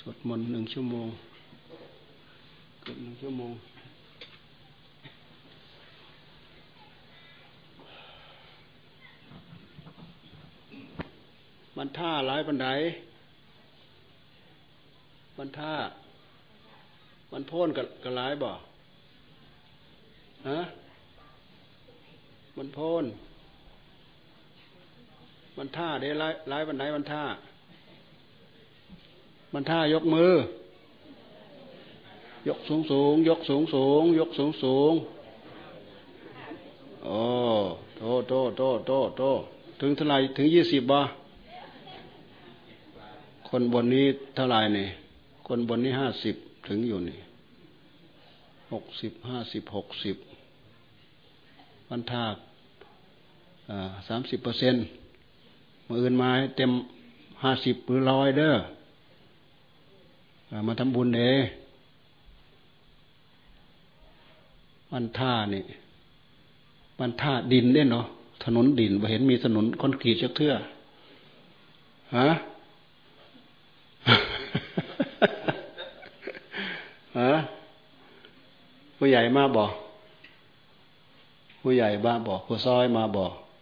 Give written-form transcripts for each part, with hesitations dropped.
วดมนต์1 ชั่วโมงเกือบ1 ชั่วโมงมันท่าหลายปันไดมันท่ามันโพ่นกับหลายบ่ฮะมันโพ่นมันท่าเด้หลายปันไดมันท่ามันท่ายกมือยกสูงสูงยกสูงสูงยกสูงสูงโอ้โตถึงเท่าไหร่ถึง20บ่คนบนนี้เท่าไหร่นี่คนบนนี้50ถึงอยู่นี่60 50 60มันท่า30%มื้ออื่นมาให้เต็ม50หรือ100เด้อมาทำบุญเด้มันท่านี่มันท่าดินเด้เนาะถนนดินบ่เห็นมีถนนคอนกรีตจักเทื่อฮะ ฮะผู้ใหญ่มาบ่ผู้ใหญ่บ้าบ่ผู้ซอยมาบ่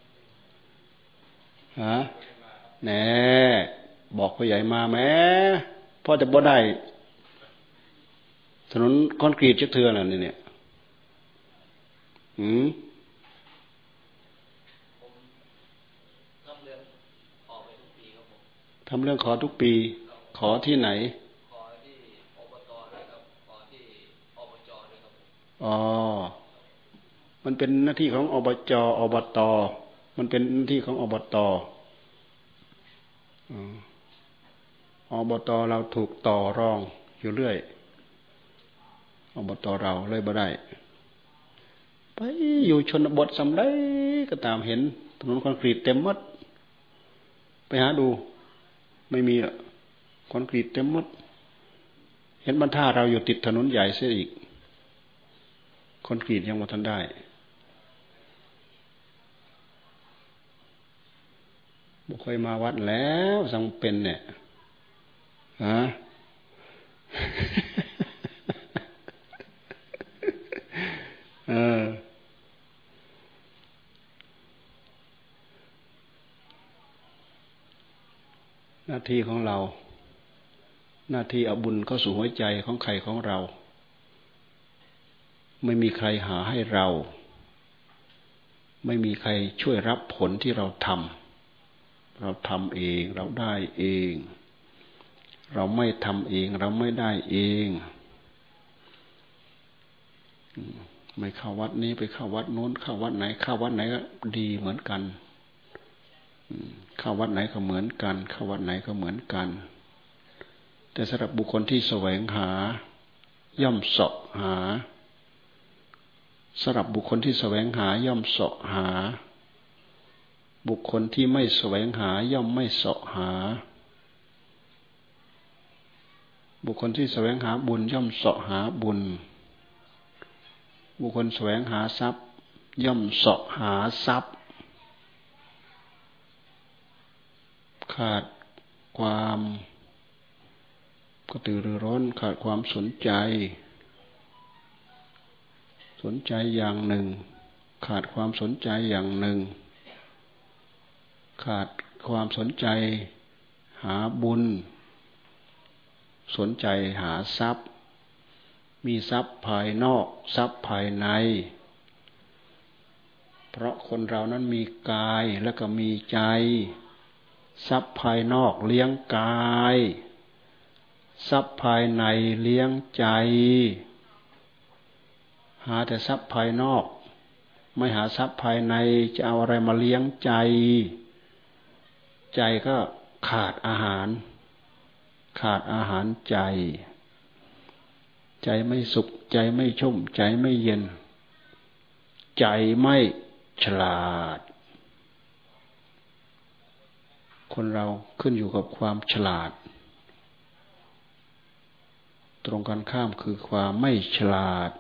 ฮะแหน่บอกผู้ใหญ่มาแหมพอจะบ่ได้ถนนคอนกรีตจักเทื่อน่ะนี่เนี่ยทำเรื่องขอทุกปีขอที่ไหนขอที่อบตด้วยครับขอที่อบจด้วยครับอ๋อมันเป็นหน้าที่ของอบจอบตมันเป็นหน้าที่ของอบตอบตเราถูกต่อรองอยู่เรื่อยอบตเราเลยบ่ได้ไปอยู่ชนบทสำใดก็ตามเห็นถนนคอนกรีตเต็มหมดไปหาดูไม่มีคอนกรีตเต็มหมดเห็นบรรทัดเราอยู่ติดถนนใหญ่เสียอีกคอนกรีตยังบ่ทันได้บ่ค่อยมาวัดแล้วสังเป็นเนี่ยฮะ หน้าที่ของเราหน้าที่เอาบุญเข้าสู่หัวใจของใครของเราไม่มีใครหาให้เราไม่มีใครช่วยรับผลที่เราทำเองเราได้เองเราไม่ทำเองเราไม่ได้เองไม่เข้าวัดนี้ไปเข้าวัดโน้นเข้าวัดไหนเข้าวัดไหนก็ดีเหมือนกันเข้าวัดไหนก็เหมือนกันเข้าวัดไหนก็เหมือนกันแต่สำหรับบุคคลที่แสวงหาย่อมเสาะหาสำหรับบุคคลที่แสวงหาย่อมเสาะหาบุคคลที่ไม่แสวงหาย่อมไม่เสาะหาบุคคลที่แสวงหาบุญย่อมเสาะหาบุญบุคคลแสวงหาทรัพย์ย่อมเสาะหาทรัพย์ขาดความกระตือรือร้นขาดความสนใจอย่างหนึ่งขาดความสนใจอย่างหนึ่งขาดความสนใจหาบุญสนใจหาทรัพย์มีทรัพย์ภายนอกทรัพย์ภายในเพราะคนเรานั้นมีกายแล้วก็มีใจทรัพย์ภายนอกเลี้ยงกายทรัพย์ภายในเลี้ยงใจหาแต่ทรัพย์ภายนอกไม่หาทรัพย์ภายในจะเอาอะไรมาเลี้ยงใจใจก็ขาดอาหารใจใจไม่สุขใจไม่ชุ่มใจไม่เย็นใจไม่ฉลาดคนเราขึ้นอยู่กับความฉลาดตรงกันข้ามคือความไม่ฉลาด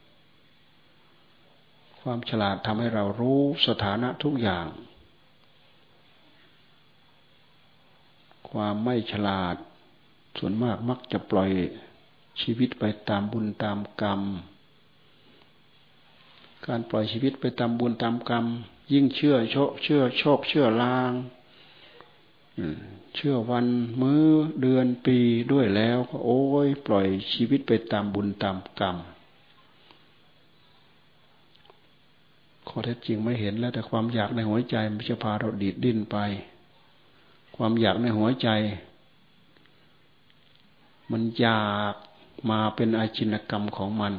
ความฉลาดทำให้เรารู้สถานะทุกอย่างความไม่ฉลาดส่วนมากมักจะปล่อยชีวิตไปตามบุญตามกรรมการปล่อยชีวิตไปตามบุญตามกรรมยิ่งเชื่อโชคเชื่อลางเชื่อวันมื้อเดือนปีด้วยแล้วก็โอ้ยปล่อยชีวิตไปตามบุญตามกรรมข้อเท็จจริงไม่เห็นแล้วแต่ความอยากในหัวใจมันจะพาเราดีดดิ้นไปความอยากในหัวใจมันอยากมาเป็นอาชินกรรมของมัน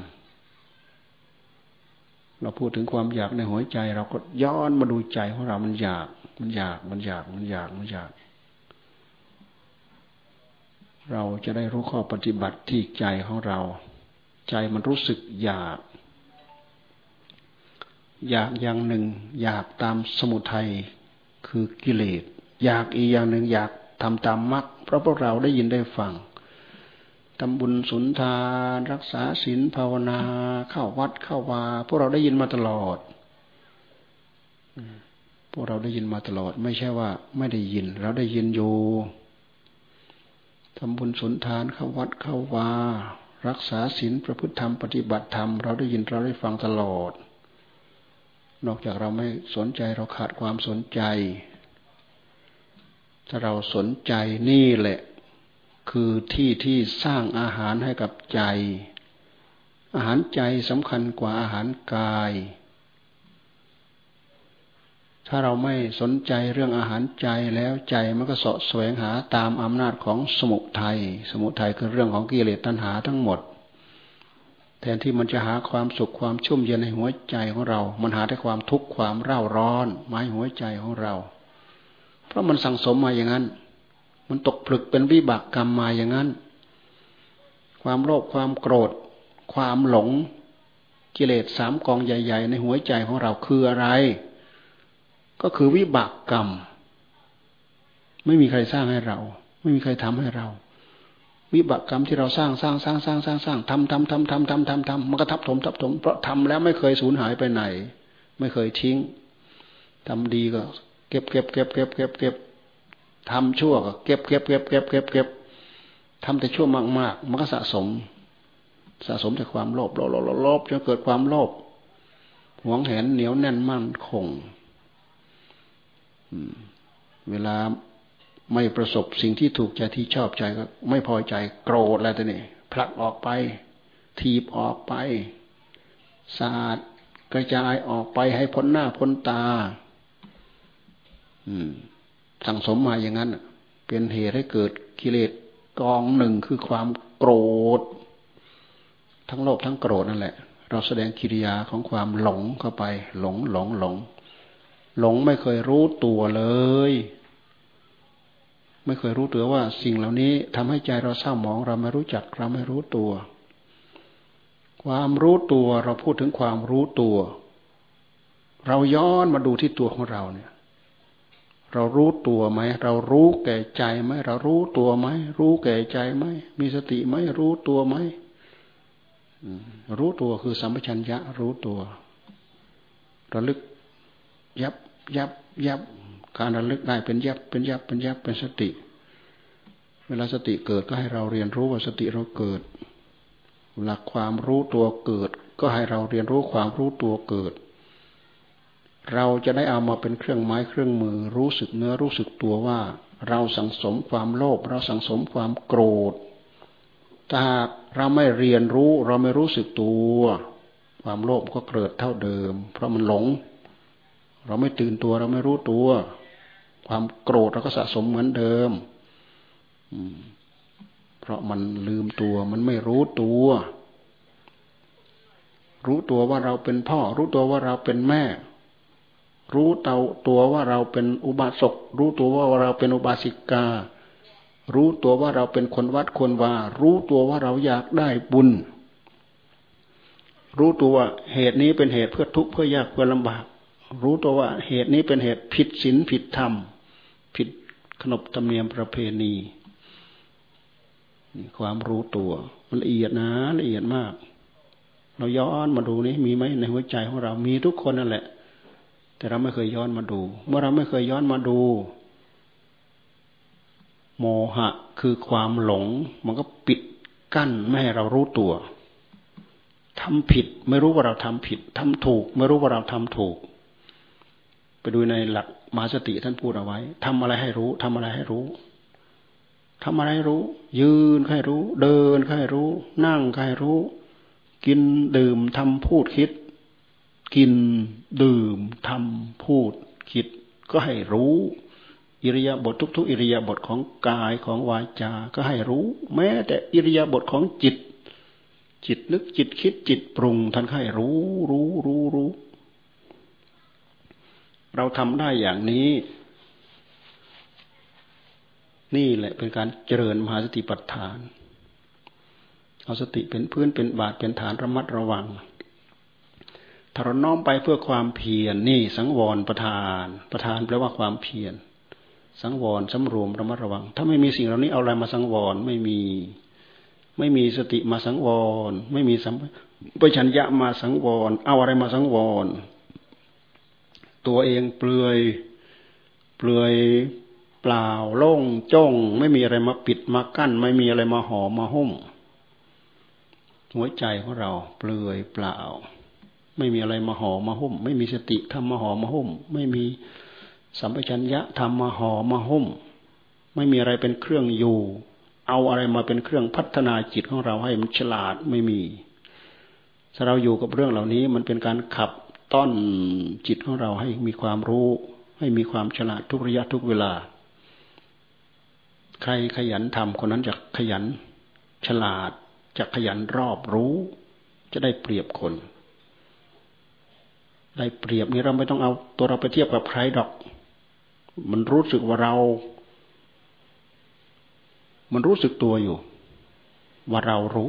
เราพูดถึงความอยากในหัวใจเราก็ย้อนมาดูใจของเรามันอยากเราจะได้รู้ข้อปฏิบัติที่ใจของเราใจมันรู้สึกอยากอย่างหนึ่งอยากตามสมุทัยคือกิเลสอยากอีกอย่างหนึ่งอยากทำตามมรรคเพราะพวกเราได้ยินได้ฟังทำบุญสุนทานรักษาศีลภาวนาเข้าวัดเข้าวาพวกเราได้ยินมาตลอดพวกเราได้ยินมาตลอดไม่ใช่ว่าไม่ได้ยินเราได้ยินอยู่ทำบุญสุนทานเข้าวัดเข้าวารักษาศีลประพฤติธรรมปฏิบัติธรรมเราได้ยินเราได้ฟังตลอดนอกจากเราไม่สนใจเราขาดความสนใจถ้าเราสนใจนี่แหละคือที่สร้างอาหารให้กับใจอาหารใจสำคัญกว่าอาหารกายถ้าเราไม่สนใจเรื่องอาหารใจแล้วใจมันก็เสาะแสวงหาตามอำนาจของสมุทัยคือเรื่องของกิเลสตัณหาทั้งหมดแทนที่มันจะหาความสุขความชุ่มเย็นในหัวใจของเรามันหาแต่ความทุกข์ความเร่าร้อนหมายหัวใจของเราเพราะมันสั่งสมมาอย่างนั้นมันตกผลึกเป็นวิบากกรรมมาอย่างนั้นความโลภความโกรธความหลงกิเลส3กองใหญ่ๆในหัวใจของเราคืออะไรก็คือวิบากกรรมไม่มีใครสร้างให้เราไม่มีใครทำให้เราวิบากกรรมที่เราสร้างทำมันก็ทับถมเพราะทำแล้วไม่เคยสูญหายไปไหนไม่เคยทิ้งทำดีก็เก็บทำชั่วก็เก็บทำแต่ชั่วมากๆมันก็สะสมแต่ความโลภจนเกิดความโลภหวงแหนเหนียวแน่นมั่นคงเวลาไม่ประสบสิ่งที่ถูกใจที่ชอบใจก็ไม่พอใจโกรธอะไรตัวนี้ผลักออกไปถีบออกไปสาดกระจายออกไปให้พ้นหน้าพ้นตาสั่งสมมาอย่างนั้นเป็นเหตุให้เกิดกิเลสกองหนึ่งคือความโกรธทั้งโลภทั้งโกรธนั่นแหละเราแสดงกิริยาของความหลงเข้าไปหลงไม่เคยรู้ตัวเลยไม่เคยรู้ตัวว่าสิ่งเหล่านี้ทำให้ใจเราเศร้าหมองเราไม่รู้จักเราไม่รู้ตัวความรู้ตัวเราพูดถึงความรู้ตัวเราย้อนมาดูที่ตัวของเราเนี่ยเรารู้ตัวไหมเรารู้แก่ใจไหมเรารู้ตัวไหมรู้แก่ใจไหมมีสติไหมรู้ตัวไหมรู้ตัวคือสัมปชัญญะรู้ตัวระลึกยับการระลึกได้เป็นยับเป็นสติเวลาสติเกิดก็ให้เราเรียนรู้ว่าสติเราเกิดหลักความรู้ตัวเกิดก็ให้เราเรียนรู้ความรู้ตัวเกิดเราจะได้เอามาเป็นเครื่องไม้เครื่องมือรู้สึกเนื้อรู้สึกตัวว่าเราสังสมความโลภเราสังสมความโกรธถ้าเราไม่เรียนรู้เราไม่รู้สึกตัวความโลภก็เกิดเท่าเดิมเพราะมันหลงเราไม่ตื่นตัวเราไม่รู้ตัวความโกรธเราก็สะสมเหมือนเดิมเพราะมันลืมตัวมันไม่รู้ตัวว่าเราเป็นพ่อรู้ตัวว่าเราเป็นแม่รู้ตัวว่าเราเป็นอุบาสกรู้ตัวว่าเราเป็นอุบาสิการู้ตัวว่าเราเป็นคนวัดคนวารู้ตัวว่าเราอยากได้บุญรู้ตัวว่าเหตุนี้เป็นเหตุเพื่อทุกข์เพื่อยากเพื่อลำบากรู้ตัวว่าเหตุนี้เป็นเหตุผิดศีลผิดธรรมผิดขนบธรรมเนียมประเพณีความรู้ตัวมันละเอียดนะละเอียดมากเราย้อนมาดูนี่มีไหมในหัวใจของเรามีทุกคนนั่นแหละแต่เราไม่เคยย้อนมาดูเมื่อเราไม่เคยย้อนมาดูโมหะคือความหลงมันก็ปิดกั้นไม่ให้เรารู้ตัวทำผิดไม่รู้ว่าเราทำผิดทำถูกไม่รู้ว่าเราทำถูกไปดูในหลักมหาสติท่านพูดเอาไว้ทำอะไรให้รู้ทำอะไรให้รู้ทำอะไรให้รู้ยืนให้รู้เดินให้รู้นั่งให้รู้กินดื่มทำพูดคิดกินดื่มทำพูดคิดก็ให้รู้อิริยาบถทุกๆอิริยาบถของกายของวาจาก็ให้รู้แม้แต่อิริยาบถของจิตจิตนึกจิตคิดจิตปรุงท่านให้รู้เราทำได้อย่างนี้นี่แหละเป็นการเจริญมหาสติปัฏฐานเอาสติเป็นพื้นเป็นบาทเป็นฐานระมัดระวังถ้าเราน้อมไปเพื่อความเพียรนี่สังวรประธานแปลว่าความเพียรสังวรสำรวมระมัดระวังถ้าไม่มีสิ่งเหล่านี้เอาอะไรมาสังวรไม่มีสติมาสังวรไม่มีสัมปชัญญะมาสังวรเอาอะไรมาสังวรตัวเองเปลือยเปล่าโล่งจ้องไม่มีอะไรมาปิดมากั้นไม่มีอะไรมาห่อมาหุ้มหัวใจของเราเปลือยเปล่าไม่มีอะไรมาห่อมาหุ้มไม่มีสติทำมาห่อมาหุ้มไม่มีสัมปชัญญะทำมาห่อมาหุ้มไม่มีอะไรเป็นเครื่องอยู่เอาอะไรมาเป็นเครื่องพัฒนาจิตของเราให้มันฉลาดไม่มีถ้าเราอยู่กับเรื่องเหล่านี้มันเป็นการขับต้อนจิตของเราให้มีความรู้ให้มีความฉลาดทุกระยะทุกเวลาใครขยันทำคนนั้นจะขยันฉลาดจะขยันรอบรู้จะได้เปรียบคนได้เปรียบนี้เราไม่ต้องเอาตัวเราไปเทียบกับใครดอกมันรู้สึกว่ามันรู้สึกตัวอยู่ว่าเรารู้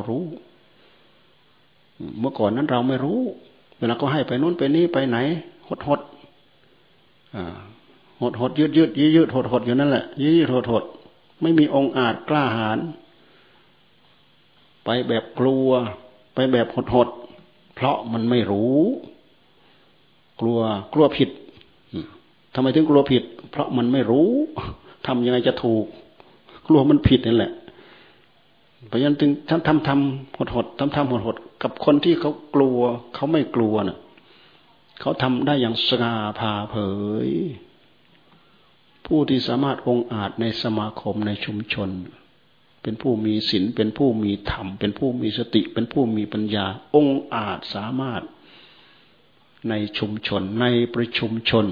เมื่อก่อนนั้นเราไม่รู้เวลาก็ให้ไปโน้นไปนี่ไปไหนหดยืดหดอยู่นั่นแหละยืดหดไม่มีองค์อาจกล้าหาญไปแบบกลัวไปแบบหดเพราะมันไม่รู้กลัวผิดทำไมถึงกลัวผิดเพราะมันไม่รู้ทำยังไงจะถูกกลัวมันผิดนั่นแหละเพราะฉะนั้นจึงทำหดกับคนที่เขากลัวเขาไม่กลัวน่ะเขาทำได้อย่างสง่าผ่าเผยผู้ที่สามารถองอาจในสมาคมในชุมชนเป็นผู้มีศีลเป็นผู้มีธรรมเป็นผู้มีสติเป็นผู้มีปัญญาองอาจสามารถในชุมชนในประชุมชน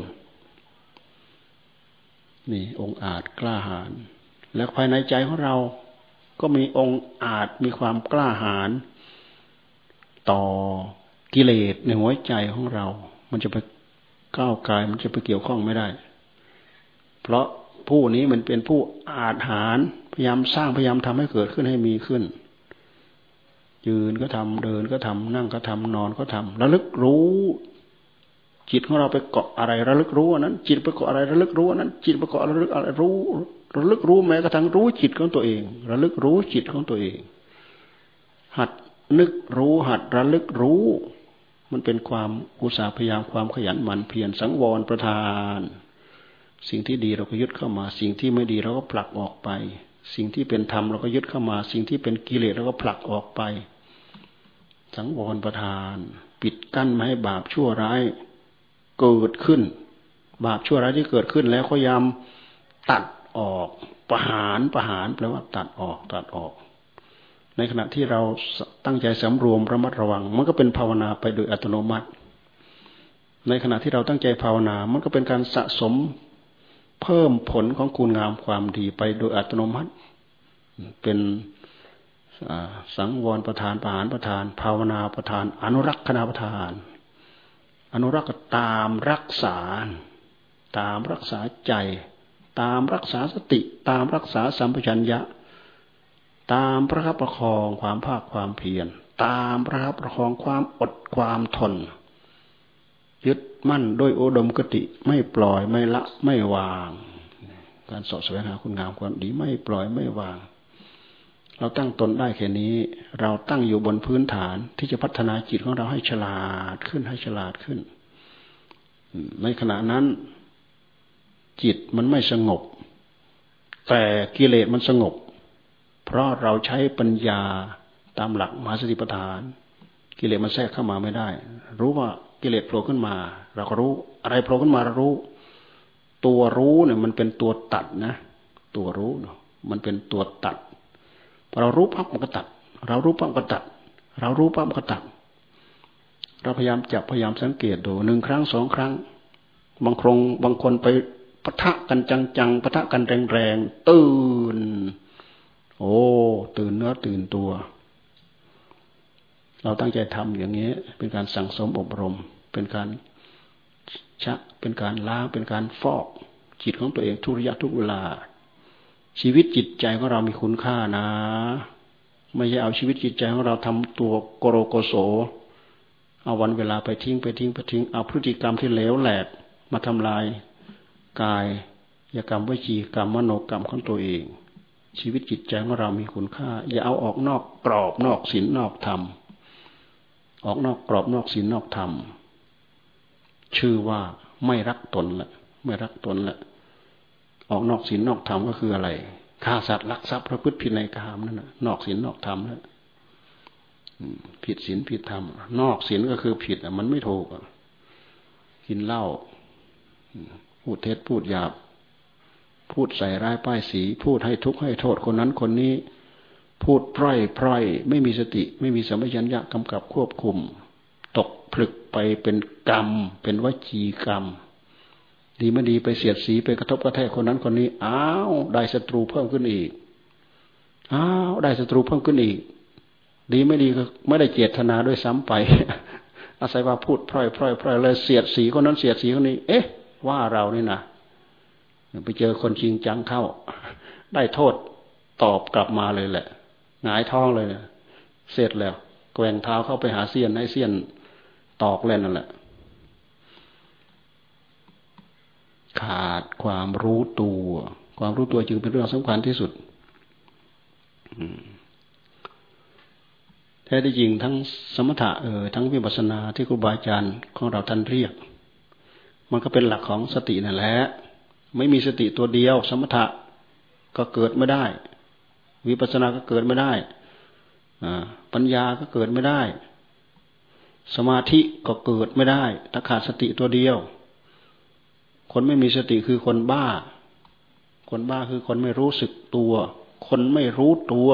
นี่องอาจกล้าหาญและภายในใจของเราก็มีองอาจมีความกล้าหาญต่อกิเลสในหัวใจของเรามันจะไปก้าวไกลมันจะไปเกี่ยวข้องไม่ได้เพราะผู้นี้มันเป็นผู้อาจหาญพยายามสร้างพยายามทำให้เกิดขึ้นให้มีขึ้นยืนก็ทำเดินก็ทำนั่งก็ทำนอนก็ทำระลึกรู้จิตของเราไปเกาะอะไรระลึกรู้อันนั้นจิตไปเกาะอะไรระลึกรู้อันนั้นจิตไปเกาะระลึกอะไรระลึกรู้แม้กระทั่งรู้จิตของตัวเองระลึกรู้จิตของตัวเองหัดนึกรู้หัดระลึกรู้มันเป็นความอุตสาห์พยายามความขยันหมั่นเพียรสังวรประทานสิ่งที่ดีเราก็ยึดเข้ามาสิ่งที่ไม่ดีเราก็ผลักออกไปสิ่งที่เป็นธรรมเราก็ยึดเข้ามาสิ่งที่เป็นกิเลสเราก็ผลักออกไปสังวรประทานปิดกั้นไม่ให้บาปชั่วร้ายเกิดขึ้นบาปชั่วร้ายที่เกิดขึ้นแล้วพยายามตัดออกประหารแปลว่าตัดออกในขณะที่เราตั้งใจสำรวมระมัดระวังมันก็เป็นภาวนาไปโดยอัตโนมัติในขณะที่เราตั้งใจภาวนามันก็เป็นการสะสมเพิ่มผลของคุณงามความดีไปโดยอัตโนมัติเป็นสังวรประทานประหารประทานภาวนาประทานอนุรักษณประทานอนุรักษ์ตามรักษาใจตามรักษาสติตามรักษาสัมปชัญญะตามประคับประคองความภาคความเพียรตามประคับประคองความอดความทนยึดมั่นด้วยอุดมคติไม่ปล่อยไม่ละไม่วางการสอบแสวงหาคุณงามความดีไม่ปล่อยไม่วางเราตั้งตนได้แค่นี้เราตั้งอยู่บนพื้นฐานที่จะพัฒนาจิตของเราให้ฉลาดขึ้นในขณะนั้นจิตมันไม่สงบแต่กิเลสมันสงบเพราะเราใช้ปัญญาตามหลักมหาสติปัฏฐานกิเลสมันแทรกเข้ามาไม่ได้รู้ว่ากิเลสโผล่ขึ้นมาเราก็รู้อะไรโผล่ขึ้นมาเรารู้ตัวรู้เนี่ยมันเป็นตัวตัดนะตัวรู้มันเป็นตัวตัดพอเรารู้ปั๊บมันก็ตัดเรารู้ปั๊บก็ตัดเรารู้ปั๊บก็ตัดเราพยายามจับพยายามสังเกตดู1 ครั้ง 2 ครั้งบางคนไปปะทะกันจังๆปะทะกันแรงๆตื่นโอ้ตื่นเนื้อตื่นตัวเราตั้งใจทำอย่างนี้เป็นการสั่งสมอบรมเป็นการชะเป็นการล้างเป็นการฟอกจิตของตัวเองทุกระยะทุกเวลาชีวิตจิตใจของเรามีคุณค่านะไม่ใช่เอาชีวิตจิตใจของเราทำตัวโกโรโกโสเอาวันเวลาไปทิ้งเอาพฤติกรรมที่เหลวแหลกมาทำลายกายกรรมวจีกรรมมโนกรรมของตัวเองชีวิตจิตใจของเรามีคุณค่าอย่าเอาออกนอกกรอบนอกศีลนอกธรรมออกนอกกรอบนอกศีลนอกธรรมชื่อว่าไม่รักตนละไม่รักตนละออกนอกศีลนอกธรรมก็คืออะไรฆ่าสัตว์ลักทรัพย์ประพฤติผิดในกามนั่นน่ะนอกศีลนอกธรรมแล้วผิดศีลผิดธรรมนอกศีลก็คือผิดมันไม่ถูกกินเหล้าพูดเท็จพูดหยาบพูดใส่ร้ายป้ายสีพูดให้ทุกข์ให้โทษคนนั้นคนนี้พูดพร่อยไม่มีสติไม่มีสัมปชัญญะกำกับควบคุมตกผลึกไปเป็นกรรมเป็นวจีกรรมดีไม่ดีไปเสียดสีไปกระทบกระแทกคนนั้นคนนี้อ้าวได้ศัตรูเพิ่มขึ้นอีกอ้าวได้ศัตรูเพิ่มขึ้นอีกดีไม่ดีก็ไม่ได้เจตนาด้วยซ้ำไปอาศัยว่าพูดพร่อยเลยเสียดสีคนนั้นเสียดสีคนนี้เอ๊ะว่าเรานี่นะไปเจอคนจริงจังเข้าได้โทษตอบกลับมาเลยแหละหงายท้องเลยเสร็จแล้วแกว่งเท้าเข้าไปหาเสี้ยนให้เสี้ยนตอกเล่นนั่นแหละขาดความรู้ตัวความรู้ตัวจึงเป็นเรื่องสำคัญที่สุดแท้ที่จริงทั้งสมถะทั้งวิปัสสนาที่ครูบาอาจารย์ของเราท่านเรียกมันก็เป็นหลักของสตินั่นแหละไม่มีสติตัวเดียวสมถะก็เกิดไม่ได้วิปัสสนาก็เกิดไม่ได้ปัญญาก็เกิดไม่ได้สมาธิก็เกิดไม่ได้ถ้าขาดสติตัวเดียวคนไม่มีสติคือคนบ้าคนบ้าคือคนไม่รู้สึกตัวคนไม่รู้ตัว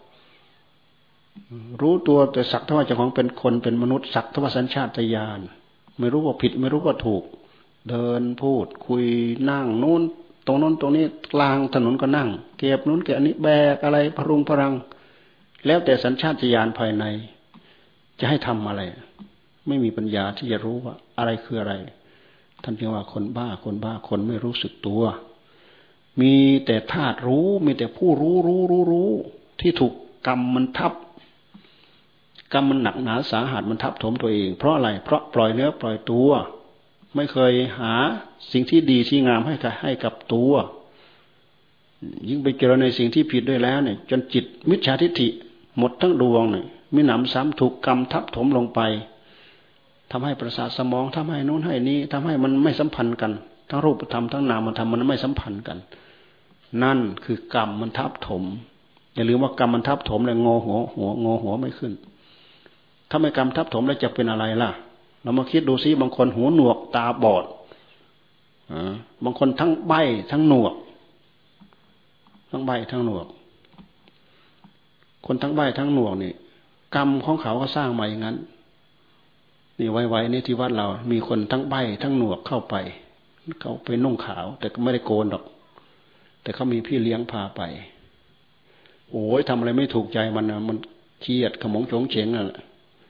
รู้ตัวแต่สักเท่าว่าเจ้าของเป็นคนเป็นมนุษย์สักเท่าว่าสัญชาตญาณไม่รู้ว่าผิดไม่รู้ว่าถูกเดินพูดคุยนั่งนู้นตรงนู้นตรงนี้กลางถนนก็นั่งเก็บนู้นเก็บอันนี้แบกอะไรพรุงพรังแล้วแต่สัญชาตญาณภายในจะให้ทำอะไรไม่มีปัญญาที่จะรู้ว่าอะไรคืออะไรท่านเรียกว่าคนบ้าคนไม่รู้สึกตัวมีแต่ธาตุรู้มีแต่ผู้รู้ที่ถูกกรรมมันทับกรรมมันหนักหนาสาหัสมันทับถมตัวเองเพราะอะไรเพราะปล่อยเนื้อปล่อยตัวไม่เคยหาสิ่งที่ดีที่งามให้กับตัวยิ่งไปเจอในสิ่งที่ผิดด้วยแล้วเนี่ยจนจิตมิจฉาทิฏฐิหมดทั้งดวงเนี่ยมีหนำซ้ำถูกกรรมทับถมลงไปทำให้ประสาทสมองทำให้นู้นให้นี้ทำให้มันไม่สัมพันธ์กันทั้งรูปธรรมทั้งนามธรรมมันไม่สัมพันธ์กันนั่นคือกรรมมันทับถมอย่าลืมว่ากรรมมันทับถมเลยงอหัวไม่ขึ้นถ้าไม่กรรมทับถมแล้วจะเป็นอะไรล่ะเรามาคิดดูซิบางคนหูหนวกตาบอดบางคนทั้งใบ้ทั้งหนวกทั้งใบ้ทั้งหนวกคนทั้งใบ้ทั้งหนวกนี่กรรมของเขาก็สร้างมาอย่างนั้นนี่ไว้นี่ที่วัดเรามีคนทั้งใบ้ทั้งหนวกเข้าไปเขาไปนุ่งขาวแต่ก็ไม่ได้โกนหรอกแต่เขามีพี่เลี้ยงพาไปโอ้ยทำอะไรไม่ถูกใจมันนะมันเครียดขมงโฉงเฉงนั่นแหละ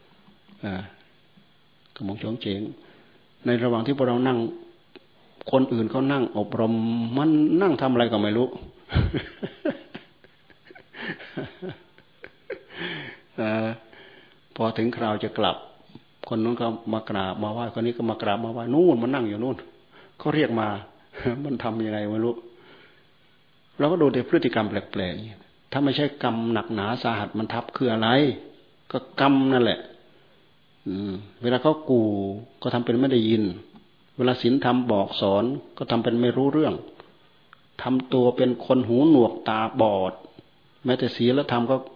ขมงโฉงเฉงในระหว่างที่พวกเรานั่งคนอื่นเขานั่งอบรมมันนั่งทำอะไรก็ไม่รู้ พอถึงคราวจะกลับคนนู้นก็มากราบมาไหว้คนนี้ก็มากราบมาไหว้นู่นมันนั่งอยู่นู่นเขาเรียกมา มันทำยังไงไม่รู้เราก็ดูแต่พฤติกรรมแปลกๆถ้าไม่ใช่กรรมหนักหนาสาหัสมันทับคืออะไรก็กรรมนั่นแหละเวลาเขากู่ก็ทำเป็นไม่ได้ยินเวลาศีลธรรมบอกสอนก็ทำเป็นไม่รู้เรื่องทำตัวเป็นคนหูหนวกตาบอดแม้แต่ศีลธรรมก็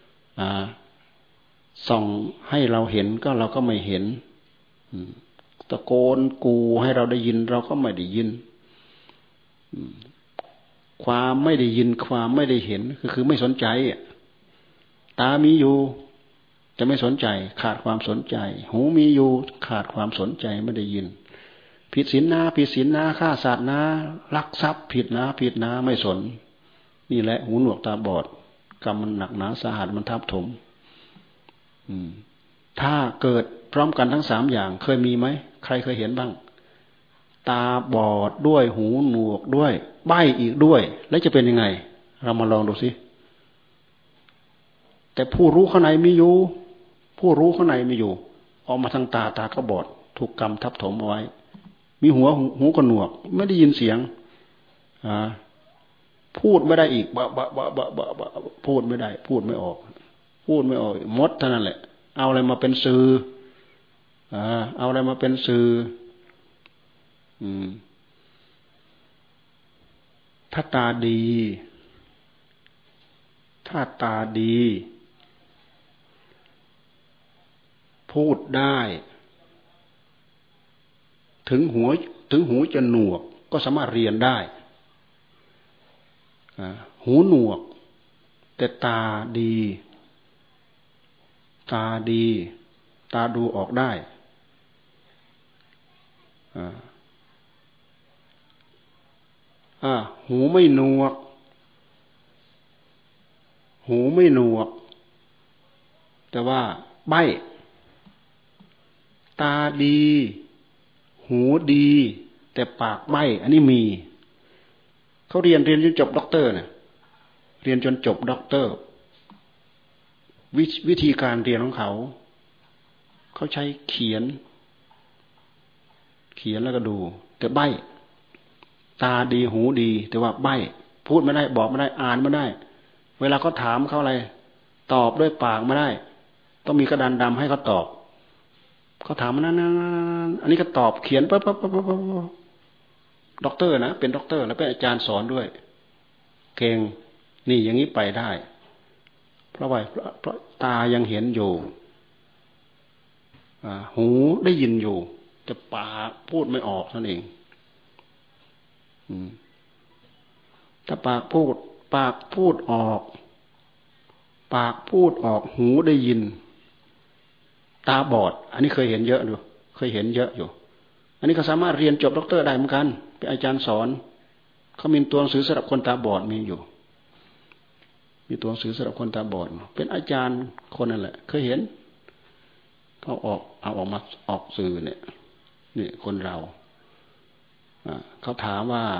ส่องให้เราเห็นก็เราก็ไม่เห็นตะโกนกูให้เราได้ยินเราก็ไม่ได้ยินความไม่ได้ยินความไม่ได้เห็นคือไม่สนใจตามีอยู่จะไม่สนใจขาดความสนใจหูมีอยู่ขาดความสนใจไม่ได้ยินผิดศีลนะผิดศีลนะฆ่าสัตว์นะลักทรัพย์ผิดนะผิดนะไม่สนนี่แหละหูหนวกตาบอดกรรมมันหนักหนาสาหัสมันทับถมถ้าเกิดพร้อมกันทั้งสามอย่างเคยมีไหมใครเคยเห็นบ้างตาบอดด้วยหูหนวกด้วยใบ้อีกด้วยแล้วจะเป็นยังไงเรามาลองดูสิแต่ผู้รู้ข้างในมีอยู่ผู้รู้ข้างในมีอยู่ออกมาทางตาก็บอดถูกกรรมทับถมเอาไว้มีหูก็หนวกไม่ได้ยินเสียงพูดไม่ได้อีกบะพูดไม่ได้พูดไม่ออกมดเท่านั้นแหละเอาอะไรมาเป็นสื่อเอาอะไรมาเป็นสื่อถ้าตาดีพูดได้ถึงหูจะหนวกก็สามารถเรียนได้หูหนวกแต่ตาดีตาดูออกได้หูไม่หนวกแต่ว่าใบ้ตาดีหูดีแต่ปากใบ้อันนี้มีเขาเรียนจนจบด็อกเตอร์เนี่ยเรียนจนจบด็อกเตอร์วิธีการเรียนของเขาใช้เขียนแล้วก็ดูแต่ใบ้ตาดีหูดีแต่ว่าใบ้พูดไม่ได้บอกไม่ได้อ่านไม่ได้เวลาเขาถามเขาอะไรตอบด้วยปากไม่ได้ต้องมีกระดานดำให้เขาตอบเขาถามนั่นอันนี้ก็ตอบเขียนปั๊บด็อกเตอร์นะเป็นด็อกเตอร์แล้วเป็นอาจารย์สอนด้วยเก่งนี่อย่างนี้ไปได้เพราะตายังเห็นอยู่หูได้ยินอยู่แต่ปากพูดไม่ออกนั่นเองถ้าปากพูดออกหูได้ยินตาบอดอันนี้เคยเห็นเยอะอยู่อันนี้ก็สามารถเรียนจบด็อกเตอร์ได้เหมือนกันเป็นอาจารย์สอนเขามีตัวหนังสือสำหรับคนตาบอดมีอยู่มีตัวหนังสือสำหรับคนตาบอดเป็นอาจารย์คนนั่นแหละเคยเห็นเขาเอาออกมาออกสื่อเนี่ยนี่คนเราเขาถามว่า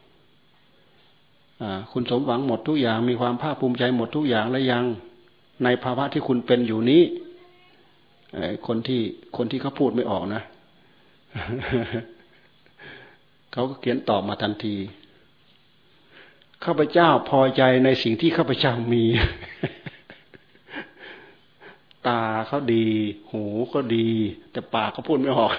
คุณสมหวังหมดทุกอย่างมีความภาคภูมิใจหมดทุกอย่างแล้วยังในภาวะที่คุณเป็นอยู่นี้คนที่เขาพูดไม่ออกนะ เขาก็เขียนตอบมาทันทีข้าพเจ้าพอใจในสิ่งที่ข้าพเจ้ามี ตาเขาดีหูก็ดีแต่ปากเขาพูดไม่ออก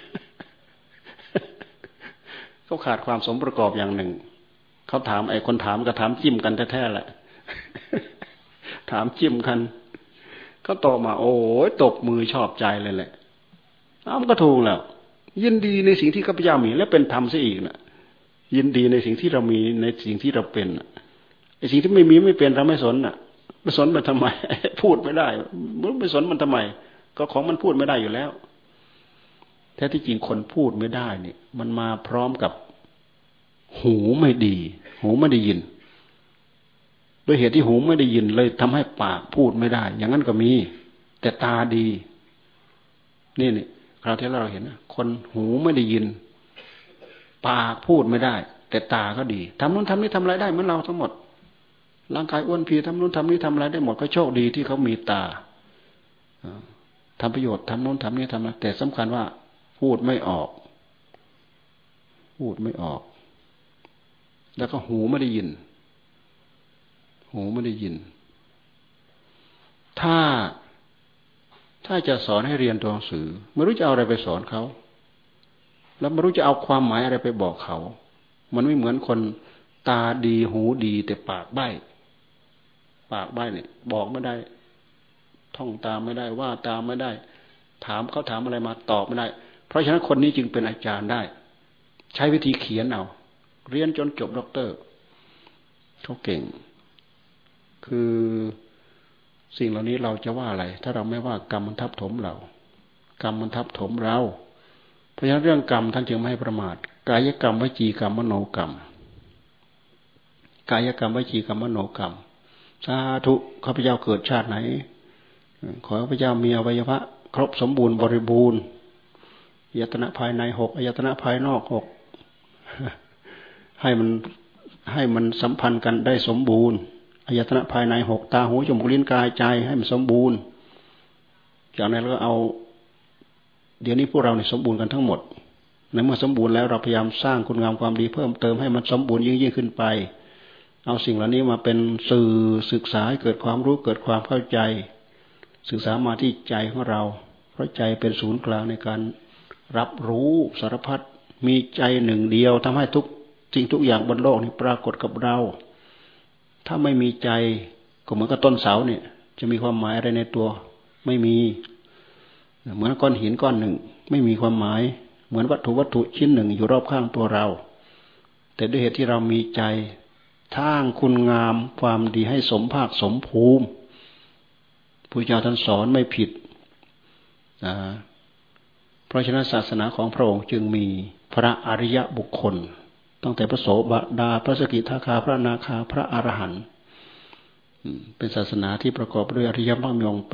เขาขาดความสมประกอบอย่างหนึ่งเขาถามคนถามก็ถามจิ้มกันแท้ๆแหละ ถามจิ้มกันเขาตอบมาโอ้ยตบมือชอบใจเลยแหละมันก็ถูกแล้วยินดีในสิ่งที่ข้าพเจ้ามีและเป็นธรรมซะอีกนะยินดีในสิ่งที่เรามีในสิ่งที่เราเป็นไอ้สิ่งที่ไม่มีไม่เป็นเราไม่สนไม่สนมันทำไม พูดไม่ได้ไม่สนมันทำไมก็ของมันพูดไม่ได้อยู่แล้วแท้ที่จริงคนพูดไม่ได้เนี่ยมันมาพร้อมกับหูไม่ดีหูไม่ได้ยินโดยเหตุที่หูไม่ได้ยินเลยทำให้ปากพูดไม่ได้อย่างนั้นก็มีแต่ตาดีนี่คราวที่เราเห็นคนหูไม่ได้ยินปากพูดไม่ได้แต่ตาก็ดีทำนู้นทำนี้ทำอะไรได้เหมือนเราทั้งหมดร่างกายอ้วนพีทำนู้นทำนี้ทำอะไรได้หมดก็โชคดีที่เขามีตาทำประโยชน์ทำนู้นทำนี้ทำอะไรแต่สำคัญว่าพูดไม่ออกแล้วก็หูไม่ได้ยินถ้าจะสอนให้เรียนตัวหนังสือไม่รู้จะเอาอะไรไปสอนเขาแล้วไม่รู้จะเอาความหมายอะไรไปบอกเขามันไม่เหมือนคนตาดีหูดีแต่ปากใบ้เนี่ยบอกไม่ได้ท่องตามไม่ได้ว่าตามไม่ได้ถามเขาถามอะไรมาตอบไม่ได้เพราะฉะนั้นคนนี้จึงเป็นอาจารย์ได้ใช้วิธีเขียนเอาเรียนจนจบด็อกเตอร์เขาเก่งคือสิ่งเหล่านี้เราจะว่าอะไรถ้าเราไม่ว่ากรรมมันทับถมเรากรรมมันทับถมเราเพราะฉะนั้นเรื่องกรรมท่านจึงไม่ให้ประมาทกายกรรมวจีกรรมมโนกรรมกายกรรมวจีกรรมมโนกรรมสาธุข้าพเจ้าเกิดชาติไหนขอข้าพเจ้ามีอวัยวะครบสมบูรณ์บริบูรณ์อายตนะภายใน6อายตนะภายนอก6ให้มันสัมพันธ์กันได้สมบูรณ์อายตนะภายใน6ตาหูจมูกลิ้นกายใจให้มันสมบูรณ์จากนั้นเราก็เอาเดี๋ยวนี้พวกเราเนี่ยสมบูรณ์กันทั้งหมดในเมื่อสมบูรณ์แล้วเราพยายามสร้างคุณงามความดีเพิ่มเติมให้มันสมบูรณ์ยิ่งขึ้นไปเอาสิ่งเหล่านี้มาเป็นสื่อศึกษาให้เกิดความรู้เกิดความเข้าใจศึกษามาที่ใจของเราเพราะใจเป็นศูนย์กลางในการรับรู้สารพัดมีใจหนึ่งเดียวทำให้ทุกสิ่งทุกอย่างบนโลกนี้ปรากฏกับเราถ้าไม่มีใจก็เหมือนกับต้นเสาเนี่ยจะมีความหมายอะไรในตัวไม่มีเหมือนก้อนหินก้อนหนึ่งไม่มีความหมายเหมือนวัตถุชิ้นหนึ่งอยู่รอบข้างตัวเราแต่ด้วยเหตุที่เรามีใจทางคุณงามความดีให้สมภาคสมภูมิพระเจ้าท่านสอนไม่ผิดเพราะฉะนั้นศาสนาของพระองค์จึงมีพระอริยบุคคลตั้งแต่พระโสดาพระสกิทาคาพระอนาคาพระอรหันต์เป็นศาสนาที่ประกอบด้วยอริยมรรคมีองค์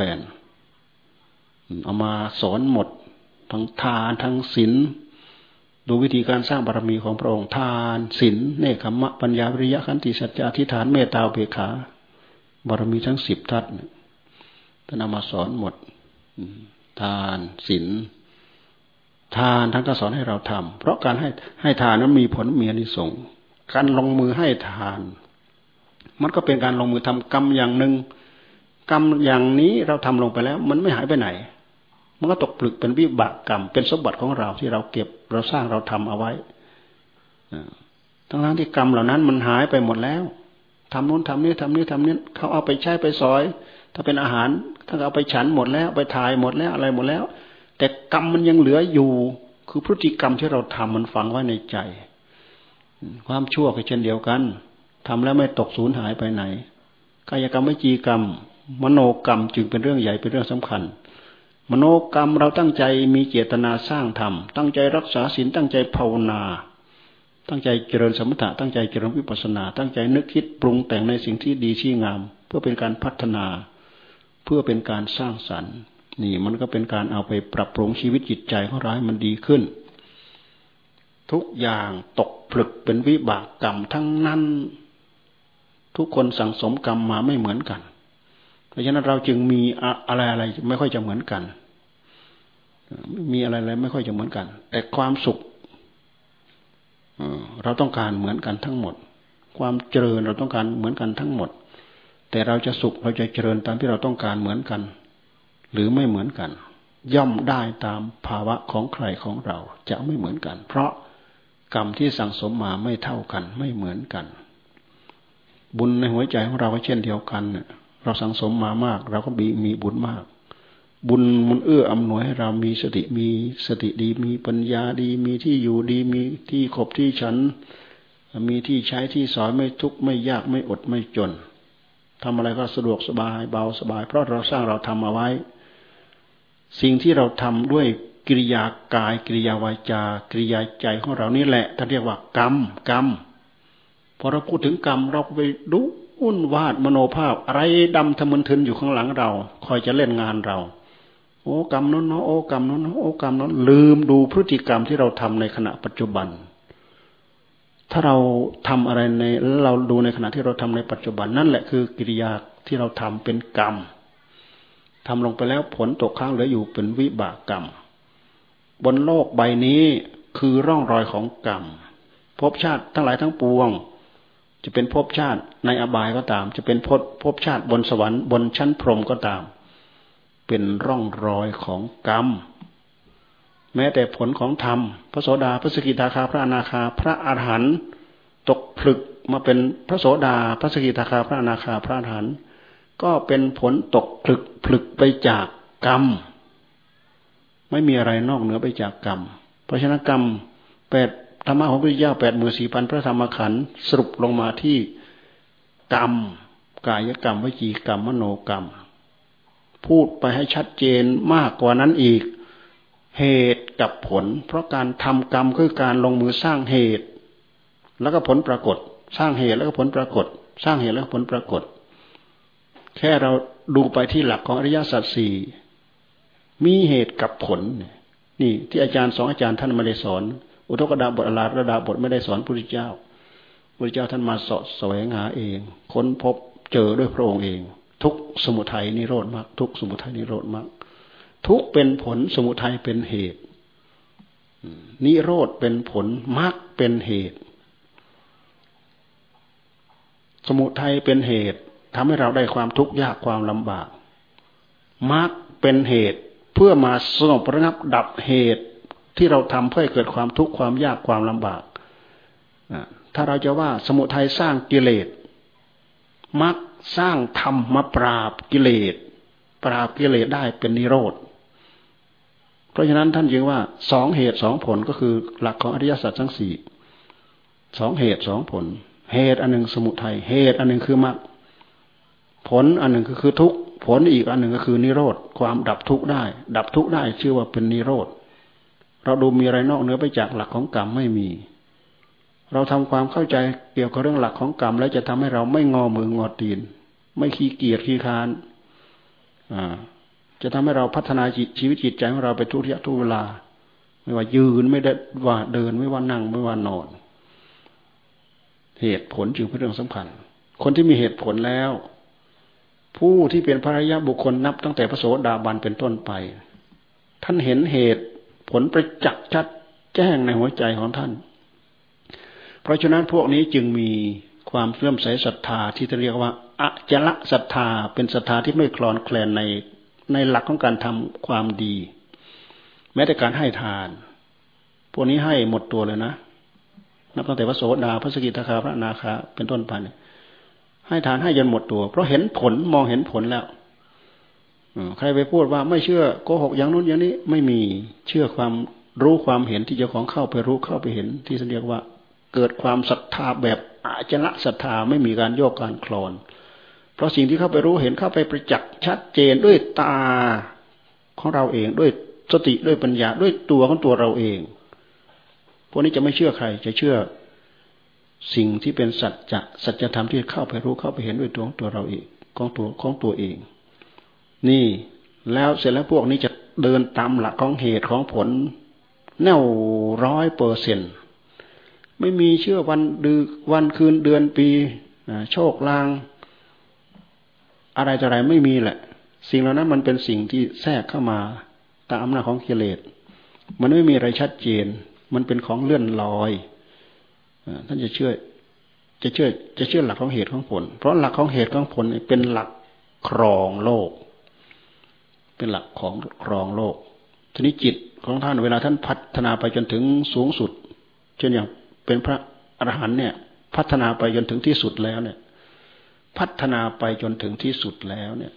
8เอามาสอนหมดทั้งทานทั้งศีลดูวิธีการสร้างบารมีของพระองค์ทานศีลเนกขัมมะปัญญาวิริยะขันติสัจจะอธิษฐานเมตตาอุเบกขาบารมีทั้ง10ทัศน์ท่านเอามาสอนหมดทานศีลทานท่านก็สอนให้เราทำเพราะการให้ทานนั้นมีผลมีอานิสงส์การลงมือให้ทานมันก็เป็นการลงมือทำกรรมอย่างหนึ่งกรรมอย่างนี้เราทำลงไปแล้วมันไม่หายไปไหนมันก็ตกผลึกเป็นวิบากกรรมเป็นสมบัติของเราที่เราเก็บเราสร้างเราทำเอาไว้ทั้งที่กรรมเหล่านั้นมันหายไปหมดแล้วทำโน้นทำนี้ทำนี้ทำนี้เขาเอาไปใช้ไปสอยถ้าเป็นอาหารถ้าเอาไปฉันหมดแล้วไปถ่ายหมดแล้วอะไรหมดแล้วแต่กรรมมันยังเหลืออยู่คือพฤติกรรมที่เราทำมันฝังไว้ในใจความชั่วก็เช่นเดียวกันทำแล้วไม่ตกสูญหายไปไหนกายกรรมวจีกรรมมโนกรรมจึงเป็นเรื่องใหญ่เป็นเรื่องสำคัญมโนกรรมเราตั้งใจมีเจตนาสร้างธรรมตั้งใจรักษาศีลตั้งใจภาวนาตั้งใจเจริญสมถะตั้งใจเจริญวิปัสสนาตั้งใจนึกคิดปรุงแต่งในสิ่งที่ดีที่งามเพื่อเป็นการพัฒนาเพื่อเป็นการสร้างสรรค์นี่มันก็เป็นการเอาไปปรับปรุงชีวิตจิตใจของเราให้มันดีขึ้นทุกอย่างตกผลึกเป็นวิบากกรรมทั้งนั้นทุกคนสั่งสมกรรมมาไม่เหมือนกันเพราะฉะนั้นเราจึงมีอะไรไม่ค่อยจะเหมือนกันมีอะไรไม่ค่อยจะเหมือนกันแต่ความสุขเราต้องการเหมือนกันทั้งหมดความเจริญเราต้องการเหมือนกันทั้งหมดแต่เราจะสุขเราจะเจริญตามที่เราต้องการเหมือนกันหรือไม่เหมือนกันย่อมได้ตามภาวะของใครของเราจะไม่เหมือนกันเพราะกรรมที่สั่งสมมาไม่เท่ากันไม่เหมือนกันบุญในหัวใจของเราก็เช่นเดียวกันเราสั่งสมมามากเราก็มีบุญมากบุญมันเอื้ออำนวยให้เรามีสติดีมีปัญญาดีมีที่อยู่ดีมีที่ขบที่ฉันมีที่ใช้ที่สอยไม่ทุกข์ไม่ยากไม่อดไม่จนทำอะไรก็สะดวกสบายเบาสบายเพราะเราสร้างเราทำเอาไว้สิ่งที่เราทำด้วยกิริยากายกิริยาวาจากิริยาใจของเรานี่แหละท่านเรียกว่ากรรมพอเราพูดถึงกรรมเราไปดูวุ่นวาดมโนภาพอะไรดำทะมึนทึนอยู่ข้างหลังเราคอยจะเล่นงานเราโอ้กรรมนั้นเนาะโอ้กรรมนั้นโอ้กรรมนั้นลืมดูพฤติกรรมที่เราทำในขณะปัจจุบันถ้าเราทำอะไรแล้วเราดูในขณะที่เราทำในปัจจุบันนั่นแหละคือกิริยาที่เราทำเป็นกรรมทำลงไปแล้วผลตกค้างเหลืออยู่เป็นวิบากกรรมบนโลกใบนี้คือร่องรอยของกรรมภพชาติทั้งหลายทั้งปวงจะเป็นภพชาติในอบายก็ตามจะเป็นภพชาติบนสวรรค์บนชั้นพรหมก็ตามเป็นร่องรอยของกรรมแม้แต่ผลของธรรมพระโสดาพระสกิทาคาพระอนาคาพระอรหันต์ตกผลึกมาเป็นพระโสดาพระสกิทาคาพระอนาคาพระอรหันต์ก็เป็นผลตกผลึกไปจากกรรมไม่มีอะไรนอกเหนือไปจากกรรมเพราะฉะนั้นกรรม8ธรรมะของพระพุทธเจ้า84,000พระธรรมขันธ์สรุปลงมาที่กรรมกายกรรมวจีกรรมมโนกรรมพูดไปให้ชัดเจนมากกว่านั้นอีกเหตุกับผลเพราะการทำกรรมคือการลงมือสร้างเหตุแล้วก็ผลปรากฏสร้างเหตุแล้วก็ผลปรากฏสร้างเหตุแล้วก็ผลปรากฏแค่เราดูไปที่หลักของอริยสัจสี่มีเหตุกับผลนี่ที่อาจารย์2อาจารย์ท่านไม่ได้สอนอุทกดาบทอลาระดาบทไม่ได้สอนพระพุทธเจ้าพระพุทธเจ้าท่านมาเสาะแสวงหาเองค้นพบเจอด้วยพระองค์เองทุกสมุทัยนิโรธมรรคทุกสมุทัยนิโรธมรรคทุกเป็นผลสมุทัยเป็นเหตุนิโรธเป็นผลมรรคเป็นเหตุสมุทัยเป็นเหตุทำให้เราได้ความทุกข์ยากความลำบากมรรคเป็นเหตุเพื่อมาสงบระงับดับเหตุที่เราทำเพื่อให้เกิดความทุกข์ความยากความลำบากถ้าเราจะว่าสมุทัยสร้างกิเลสมรรคสร้างธรรมมาปราบกิเลสปราบกิเลสได้เป็นนิโรธเพราะฉะนั้นท่านจึงว่า2เหตุ2ผลก็คือหลักของอริยสัจทั้ง4 2เหตุ2ผลเหตุอันหนึ่งสมุทัยเหตุอันหนึ่งคือมรรคผลอันหนึ่งก็คือทุกข์ผลอีกอันหนึ่งก็คือนิโรธความดับทุกข์ได้ดับทุกข์ได้ชื่อว่าเป็นนิโรธเราดูมีอะไรนอกเหนือไปจากหลักของกรรมไม่มีเราทำความเข้าใจเกี่ยวกับเรื่องหลักของกรรมแล้วจะทำให้เราไม่งอมืองอตีนไม่ขี้เกียจขี้คร้านจะทำให้เราพัฒนาชีวิตจิตใจของเราไปทุกระยะทุกเวลาไม่ว่ายืนไม่ได้ว่าเดินไม่ว่านั่งไม่ว่านอนเหตุผลจึงเป็นเรื่องสำคัญคนที่มีเหตุผลแล้วผู้ที่เป็นพระอริยบุคคลนับตั้งแต่พระโสดาบันเป็นต้นไปท่านเห็นเหตุผลประจักษ์ชัดแจ้งในหัวใจของท่านเพราะฉะนั้นพวกนี้จึงมีความเลื่อมใสศรัทธาที่เรียกว่าอจละศรัทธาเป็นศรัทธาที่ไม่คลอนแคลนในหลักของการทำความดีแม้แต่การให้ทานพวกนี้ให้หมดตัวเลยนะนับตั้งแต่พระโสดาพระสกิทาคาพระอนาคาเป็นต้นไปให้ทานให้จนหมดตัวเพราะเห็นผลมองเห็นผลแล้วใครไปพูดว่าไม่เชื่อโกหกอย่างนู้นอย่างนี้ไม่มีเชื่อความรู้ความเห็นที่เจ้าของเข้าไปรู้เข้าไปเห็นที่เรียกว่าเกิดความศรัทธาแบบอจละศรัทธาไม่มีการโยกการคลอนเพราะสิ่งที่เข้าไปรู้เห็นเข้าไปประจักษ์ชัดเจนด้วยตาของเราเองด้วยสติด้วยปัญญาด้วยตัวของตัวเราเองพวกนี้จะไม่เชื่อใครจะเชื่อสิ่งที่เป็นสัจธรรมที่เข้าไปรู้เข้าไปเห็นด้วยตัวของตัวเราเองของตัวเองนี่แล้วเสร็จแล้วพวกนี้จะเดินตามหลักของเหตุของผลแน่ว100%ไม่มีเชื่อวันคืนเดือนปีโชคลางอะไรต่ออะไรไม่มีแหละสิ่งเหล่านั้นมันเป็นสิ่งที่แทรกเข้ามาตามอำนาจของกิเลสมันไม่มีอะไรชัดเจนมันเป็นของเลื่อนลอยท่านจะเชื่อหลักของเหตุของผลเพราะหลักของเหตุของผลเป็นหลักครองโลกเป็นหลักของครองโลกทีนี้จิตของท่านเวลาท่านพัฒนาไปจนถึงสูงสุดเช่นอย่างเป็นพระอรหันต์เนี่ยพัฒนาไปจนถึงที่สุดแล้วเนี่ยพัฒนาไปจนถึงที่สุดแล้วเนี่ย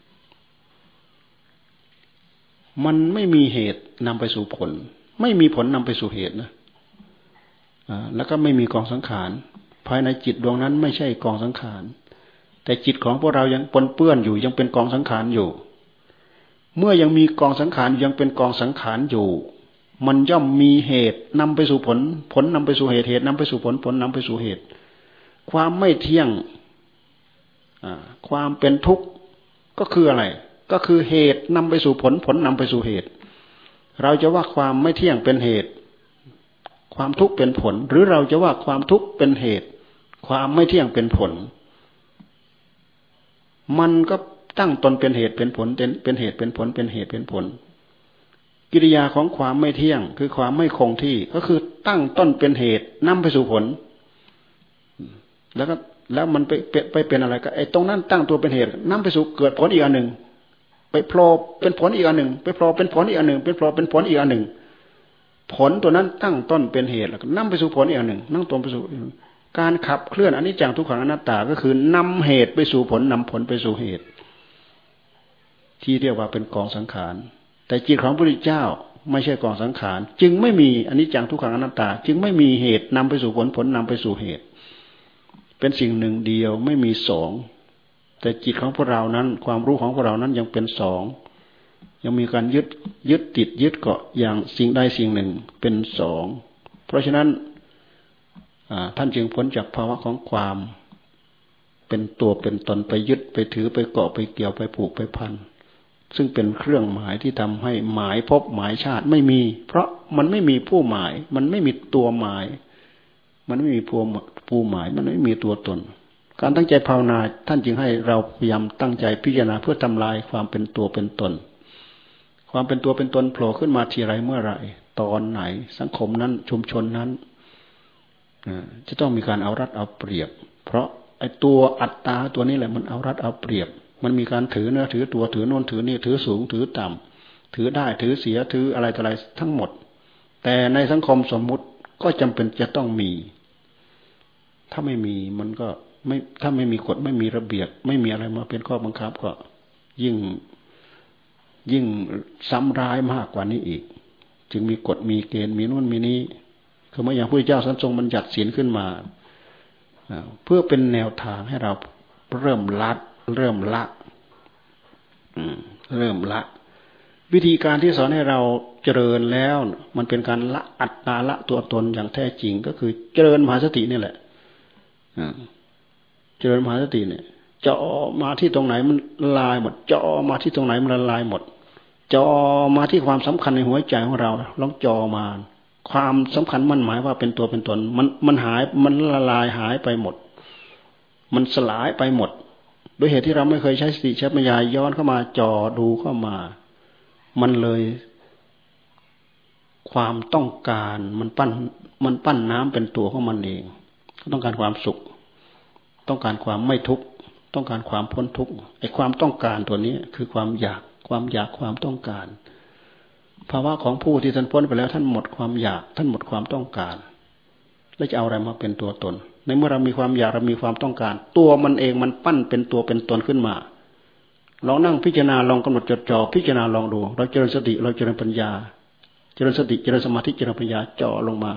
มันไม่มีเหตุนำไปสู่ผลไม่มีผลนำไปสู่เหตุนะแล้วก็ไม่มีกองสังขารภายในจิตดวงนั้นไม่ใช่กองสังขารแต่จิตของพวกเรายังปนเปื้อนอยู่ยังเป็นกองสังขารอยู่เมื่อยังมีกองสังขารยังเป็นกองสังขารอยู่มันย่อมมีเหตุนำไปสู่ผลผลนำไปสู่เหตุเหตุนำไปสู่ผลผลนำไปสู่เหตุความไม่เที่ยงความเป็นทุกข์ก็คืออะไรก็คือเหตุนำไปสู่ผลผลนำไปสู่เหตุเราจะว่าความไม่เที่ยงเป็นเหตุความทุกข์เป็นผลหรือเราจะว่าความทุกข์เป็นเหตุความไม่เที่ยงเป็นผลมันก็ตั้งตนเป็นเหตุเป็นผลเป็นเหตุเป็นผลเป็นเหตุเป็นผลกิริยาของความไม่เที่ยงคือความไม่คงที่ก็คือตั้งต้นเป็นเหตุนำไปสู่ผลแล้วมันไปเป็นอะไรก็ไอ้ตรงนั้นตั้งตัวเป็นเหตุนำไปสู่เกิดผลอีกอันหนึ่งไปโผล่เป็นผลอีกอันหนึ่งไปโผล่เป็นผลอีกอันหนึ่งไปโผล่เป็นผลอีกอันหนึ่งผลตัวนั้นตั้งต้นเป็นเหตุแล้วก็นำไปสู่ผลอีกอันหนึ่งนั่งตรงไปสู่การขับเคลื่อนอนิจจังทุกขังอนัตตาก็คือนำเหตุไปสู่ผลนำผลไปสู่เหตุที่เรียกว่าเป็นกองสังขารแต่จิตของพระพุทธเจ้าไม่ใช่กองสังขารจึงไม่มีอนิจจังทุกขังอนัตตาจึงไม่มีเหตุนำไปสู่ผลผลนำไปสู่เหตุเป็นสิ่งหนึ่งเดียวไม่มีสองแต่จิตของพวกเรานั้นความรู้ของพวกเรานั้นยังเป็นสองยังมีการยึดติดยึดเกาะอย่างสิ่งใดสิ่งหนึ่งเป็นสองเพราะฉะนั้นท่านจึงพ้นจากภาวะของความเป็นตัวเป็นตนไปยึดไปถือไปเกาะไปเกี่ยวไปผูกไปพันซึ่งเป็นเครื่องหมายที่ทำให้หมายภพหมายชาติไม่มีเพราะมันไม่มีผู้หมายมันไม่มีตัวหมายมันไม่มีผู้หมายมันไม่มีตัวตนการตั้งใจภาวนาท่านจึงให้เราพยายามตั้งใจพิจารณาเพื่อทำลายความเป็นตัวเป็นตนความเป็นตัวเป็นตนโผล่ขึ้นมาทีไรเมื่อไหร่ตอนไหนสังคมนั้นชุมชนนั้นจะต้องมีการเอารัดเอาเปรียบเพราะไอ้ตัวอัตตาตัวนี้แหละมันเอารัดเอาเปรียบมันมีการถือเนื้อถือตัวถือโน่นถือนี่ถือสูงถือต่ำถือได้ถือเสียถืออะไรต่ออะไรทั้งหมดแต่ในสังคมสมมุติก็จำเป็นจะต้องมีถ้าไม่มีมันก็ไม่ถ้าไม่มีกฎไม่มีระเบียบไม่มีอะไรมาเป็นข้อบังคับก็ยิ่งซ้ำร้ายมากกว่านี้อีกจึงมีกฎมีเกณฑ์มีนู่นมีนี้คือเมื่ออย่างพระเจ้าทรงบัญญัติศีลขึ้นมาเพื่อเป็นแนวทางให้เราเริ่มละวิธีการที่สอนให้เราเจริญแล้วมันเป็นการละอัตตาละตัวตนอย่างแท้จริงก็คือเจริญมหาสตินี่แหละเจริญมหาสติเนี่ยเจาะมาที่ตรงไหนมันละลายหมดเจาะมาที่ตรงไหนมันละลายหมดเจาะมาที่ความสำคัญในหัวใจของเราลองเจาะมาความสำคัญมั่นหมายว่าเป็นตัวเป็นตนมันหายมันละลายหายไปหมดมันสลายไปหมดโดยเหตุที่เราไม่เคยใช้สติใช้ปัญญาย้อนเข้ามาจ่อดูเข้ามามันเลยความต้องการมันปั้นน้ำเป็นตัวของมันเองต้องการความสุขต้องการความไม่ทุกข์ต้องการความพ้นทุกข์ไอ้ความต้องการตัวนี้คือความอยากความต้องการภาวะของผู้ที่ท่านพ้นไปแล้วท่านหมดความอยากท่านหมดความต้องการแล้วจะเอาอะไรมาเป็นตัวตนในเมื่อเรามีความอยากเรามีความต้องการตัวมันเองมันปั้นเป็นตัวเป็นตนขึ้นมาลองนั่งพิจารณาลองกำหนดจดจ่อพิจารณาลองดูเราเจริญสติเราเจริญปัญญาเจริญสติเจริญสมาธิเจริญปัญญาจ่อลงมา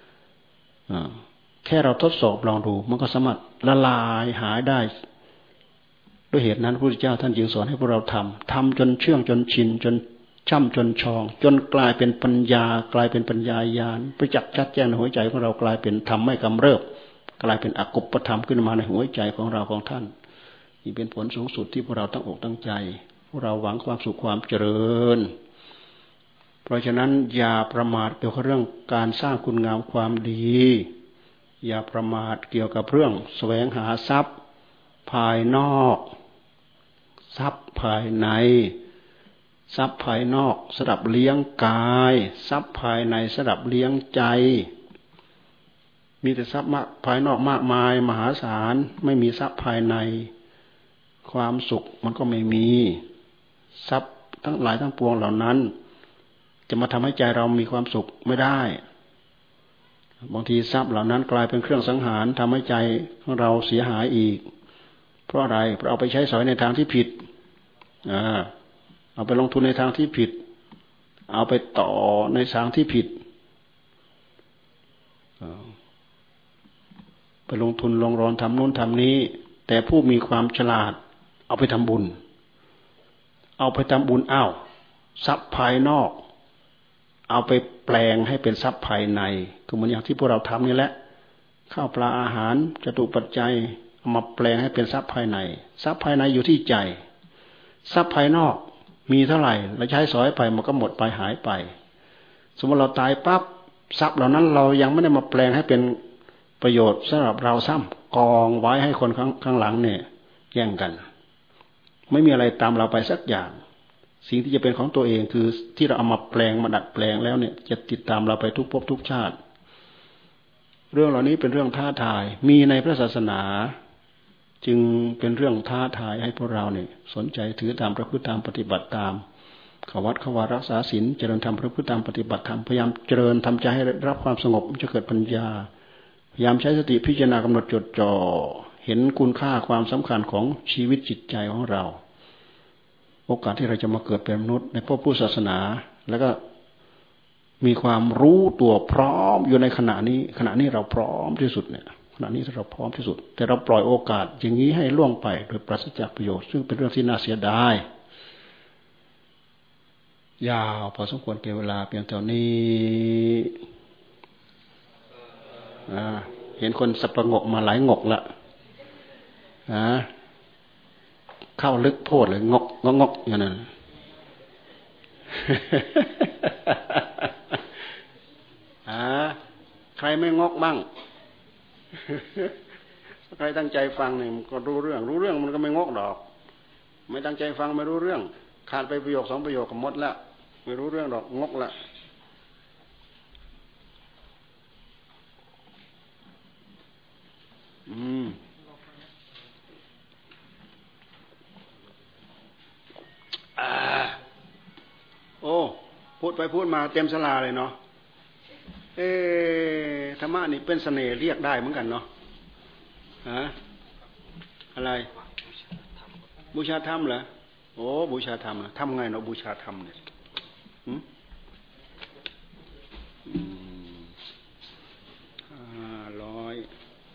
แค่เราทดสอบลองดูมันก็สามารถละลายหายได้ด้วยเหตุนั้นพระพุทธเจ้าท่านจึงสอนให้พวกเราทำจนเชื่องจนชินจนช่ำจนชองจนกลายเป็นปัญญากลายเป็นปัญญาญาณประจักษ์ชัดแจ้งในหัวใจของเรากลายเป็นธรรมไม่กำเริบกลายเป็นอกุปปธรรมขึ้นมาในหัวใจของเราของท่านนี่เป็นผลสูงสุดที่พวกเราตั้งอกตั้งใจพวกเราหวังความสุขความเจริญเพราะฉะนั้นอย่าประมาทเกี่ยวกับเรื่องการสร้างคุณงามความดีอย่าประมาทเกี่ยวกับเรื่องแสวงหาทรัพย์ภายนอกทรัพย์ภายในทรัพย์ภายนอกสำหรับเลี้ยงกายทรัพย์ภายในสำหรับเลี้ยงใจมีแต่ทรัพย์ภายนอกมากมายมหาศาลไม่มีทรัพย์ภายในความสุขมันก็ไม่มีทรัพย์ทั้งหลายทั้งปวงเหล่านั้นจะมาทำให้ใจเรามีความสุขไม่ได้บางทีทรัพย์เหล่านั้นกลายเป็นเครื่องสังหารทำให้ใจของเราเสียหายอีกเพราะอะไรเพราะเอาไปใช้สอยในทางที่ผิดเอาไปลงทุนในทางที่ผิดเอาไปต่อในทางที่ผิดไปลงทุนลงรอนทำโน้นทำนี้แต่ผู้มีความฉลาดเอาไปทำบุญอ้าวทรัพย์ภายนอกเอาไปแปลงให้เป็นทรัพย์ภายในก็เหมือนอย่างที่พวกเราทำนี่แหละข้าวปลาอาหารจตุปัจจัยเอามาแปลงให้เป็นทรัพย์ภายในทรัพย์ภายในอยู่ที่ใจทรัพย์ภายนอกมีเท่าไหร่เราใช้สอยไปมันก็หมดไปหายไปสมมติเราตายปั๊บทรัพย์เหล่านั้นเรายังไม่ได้มาแปลงให้เป็นประโยชน์สำหรับเราซ้ำกองไว้ให้คนข้างหลังเนี่ยแย่งกันไม่มีอะไรตามเราไปสักอย่างสิ่งที่จะเป็นของตัวเองคือที่เราเอามาแปลงมาดัดแปลงแล้วเนี่ยจะติดตามเราไปทุกภพทุกชาติเรื่องเหล่านี้เป็นเรื่องท้าทายมีในพระศาสนาจึงเป็นเรื่องท้าทายให้พวกเราเนี่ยสนใจถือตามประพฤติตามปฏิบัติตามเข้าวัดเข้าวารักษาศีลเจริญธรรมประพฤติตามปฏิบัติธรรมพยายามเจริญทำใจให้รับความสงบจะเกิดปัญญาพยายามใช้สติพิจารณากำหนดจดจ่อเห็นคุณค่าความสำคัญของชีวิตจิตใจของเราโอกาสที่เราจะมาเกิดเป็นมนุษย์ในพวกพุทธศาสนาแล้วก็มีความรู้ตัวพร้อมอยู่ในขณะนี้เราพร้อมที่สุดเนี่ยขณะนี้เราพร้อมที่สุดแต่เราปล่อยโอกาสอย่างนี้ให้ล่วงไปโดยปราศจากประโยชน์ซึ่งเป็นเรื่องที่น่าเสียดายยาวพอสมควรเก็บเวลาเพียงเท่านี้เห็นคนสับประงกมาหลายงกละเข้าลึกโพดเลยงกอย่างนั้นใครไม่งกบ้างใครตั้งใจฟังเนี่ยมันก็รู้เรื่องมันก็ไม่งกดอกไม่ตั้งใจฟังไม่รู้เรื่องขาดไปประโยค2ประโยคก็หมดละไม่รู้เรื่องดอกงกละโอ้พูดไปพูดมาเต็มศาลาเลยเนาะธรรมะนี่เป็นเสน่ห์เรียกได้เหมือนกันเนาะอะไรบูชาธรรมเหรอโอ้บูชาธรรมทำไงเนาะบูชาธรรมเนี่ย500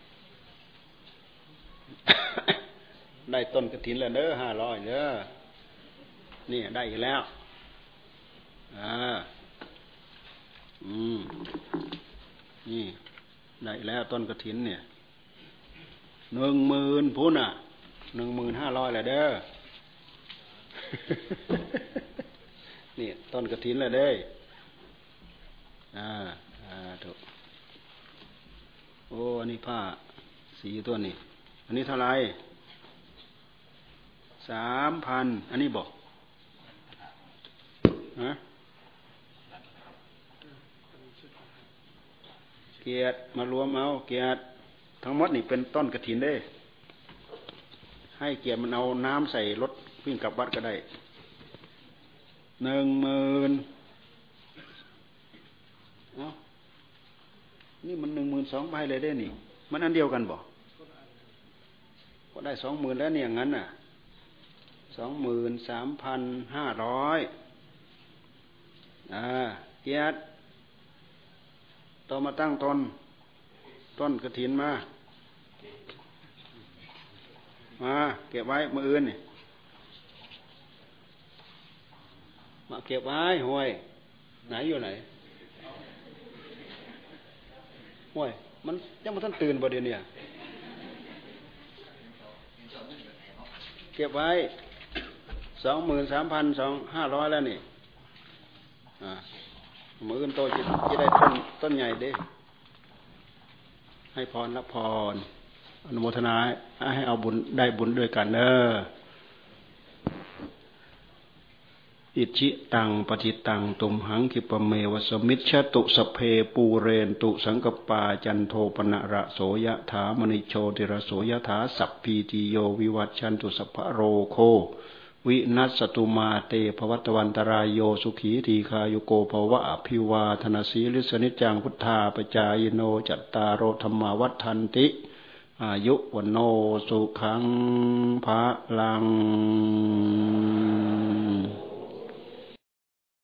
ได้ต้นกฐินแล้วเด้อ500เด้อนี่ได้อีกแล้วนี่ได้แล้วต้นกฐินเนี่ย10,000พุ่นอ่ะ15,000แหละเด้อนี่ต้นกฐินแหละเด้ถูกโอ้อันนี้ผ้าสีตัวนี้อันนี้เท่าไหร่3,000อันนี้บอกเกียรติมารวมเอาเกียรติทั้งหมดนี่เป็นต้นกฐินเด้ให้เกียรติมันเอาน้ำใส่รถวิ่งกลับวัดก็ได้10,000นี่มัน12,000ใบเลยได้นี่มันอันเดียวกันบ่ก็ได้20,000แล้วเนี่ยงั้นน่ะ23,500เกียรติต่อมาตั้งต้นกฐินมาเก็บไว้มื้ออื่นนี่มาเก็บไว้ห้วยไหนอยู่ไหนห้วยมันยังไม่ทันตื่นบ่เดี๋ยวนี้เก็บไว้23,500แล้วนี่มื้ออื่นโตจะได้ต้นใหญ่เด้ให้พรรับพรอนุโมทนาให้เอาบุญได้บุญด้วยกันเด้ออิชิตังปฏิตังตุมหังคิปเมวสมิชฉตุสเพปูเรนตุสังกปาจันโทปนะระโสยถามณิโชติระโสยถาสัพพีติโยวิวัชชันตุสัพพะโรโควินัสสตุมาเตภวัตวันตรายโยสุขีทีคายุโกภวะอภิวาทนาสีลิสนิจังพุทธาปจายโนจัตตารโอธรรมวัฏทันติอายุวันโนสุขังภะลัง